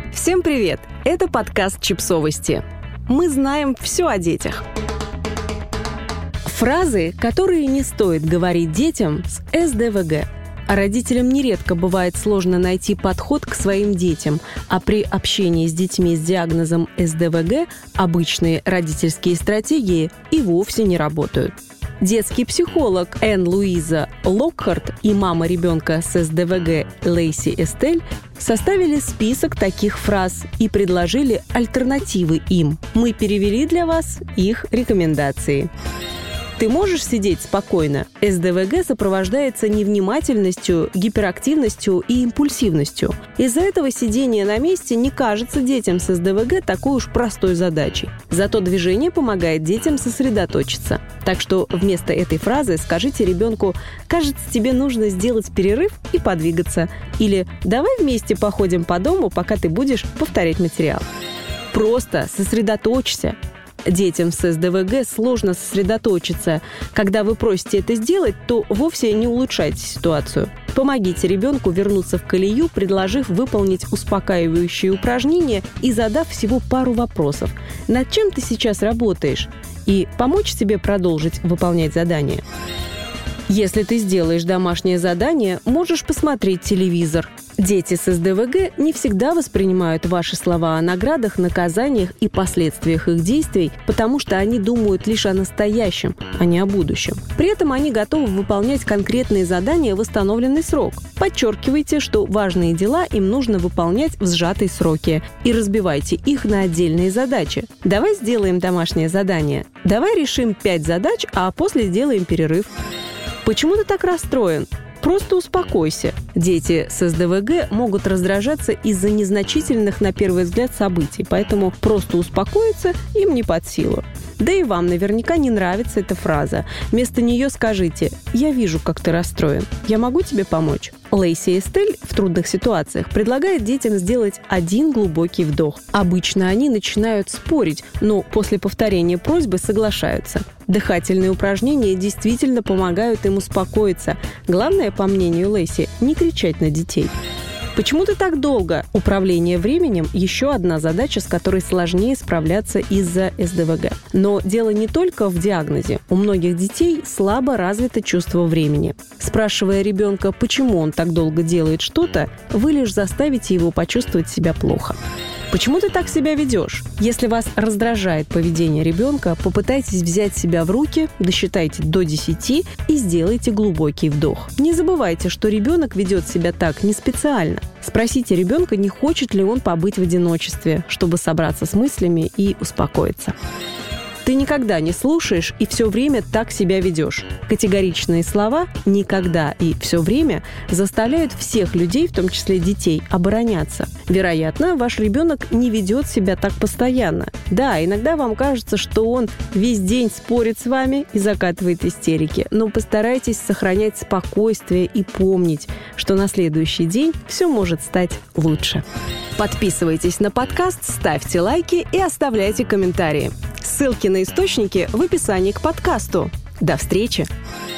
Всем привет! Это подкаст «Чипсовости». Мы знаем все о детях. Фразы, которые не стоит говорить детям с СДВГ. А родителям нередко бывает сложно найти подход к своим детям, а при общении с детьми с диагнозом СДВГ обычные родительские стратегии и вовсе не работают. Детский психолог Энн Луиза Локхарт и мама ребенка с СДВГ Лейси Эстель составили список таких фраз и предложили альтернативы им. Мы перевели для вас их рекомендации. Ты можешь сидеть спокойно? СДВГ сопровождается невнимательностью, гиперактивностью и импульсивностью. Из-за этого сидение на месте не кажется детям с СДВГ такой уж простой задачей. Зато движение помогает детям сосредоточиться. Так что вместо этой фразы скажите ребенку: «Кажется, тебе нужно сделать перерыв и подвигаться». Или «Давай вместе походим по дому, пока ты будешь повторять материал». Просто сосредоточься. Детям с СДВГ сложно сосредоточиться. Когда вы просите это сделать, то вовсе не улучшайте ситуацию. Помогите ребенку вернуться в колею, предложив выполнить успокаивающие упражнения и задав всего пару вопросов. Над чем ты сейчас работаешь? И помочь себе продолжить выполнять задание. Если ты сделаешь домашнее задание, можешь посмотреть телевизор. Дети с СДВГ не всегда воспринимают ваши слова о наградах, наказаниях и последствиях их действий, потому что они думают лишь о настоящем, а не о будущем. При этом они готовы выполнять конкретные задания в установленный срок. Подчеркивайте, что важные дела им нужно выполнять в сжатые сроки, и разбивайте их на отдельные задачи. Давай сделаем домашнее задание. Давай решим 5 задач, а после сделаем перерыв. Почему ты так расстроен? Просто успокойся. Дети с СДВГ могут раздражаться из-за незначительных на первый взгляд событий, поэтому просто успокоиться им не под силу. Да и вам наверняка не нравится эта фраза. Вместо нее скажите: «Я вижу, как ты расстроен. Я могу тебе помочь?» Лейси Эстель в трудных ситуациях предлагает детям сделать один глубокий вдох. Обычно они начинают спорить, но после повторения просьбы соглашаются. Дыхательные упражнения действительно помогают им успокоиться. Главное, по мнению Лейси, не кричать на детей. Почему ты так долго? Управление временем – еще одна задача, с которой сложнее справляться из-за СДВГ. Но дело не только в диагнозе. У многих детей слабо развито чувство времени. Спрашивая ребенка, почему он так долго делает что-то, вы лишь заставите его почувствовать себя плохо. Почему ты так себя ведешь? Если вас раздражает поведение ребенка, попытайтесь взять себя в руки, досчитайте до 10 и сделайте глубокий вдох. Не забывайте, что ребенок ведет себя так не специально. Спросите ребенка, не хочет ли он побыть в одиночестве, чтобы собраться с мыслями и успокоиться. Ты никогда не слушаешь и все время так себя ведешь. Категоричные слова «никогда» и «все время» заставляют всех людей, в том числе детей, обороняться. Вероятно, ваш ребенок не ведет себя так постоянно. Да, иногда вам кажется, что он весь день спорит с вами и закатывает истерики, но постарайтесь сохранять спокойствие и помнить, что на следующий день все может стать лучше. Подписывайтесь на подкаст, ставьте лайки и оставляйте комментарии. Ссылки на источники в описании к подкасту. До встречи!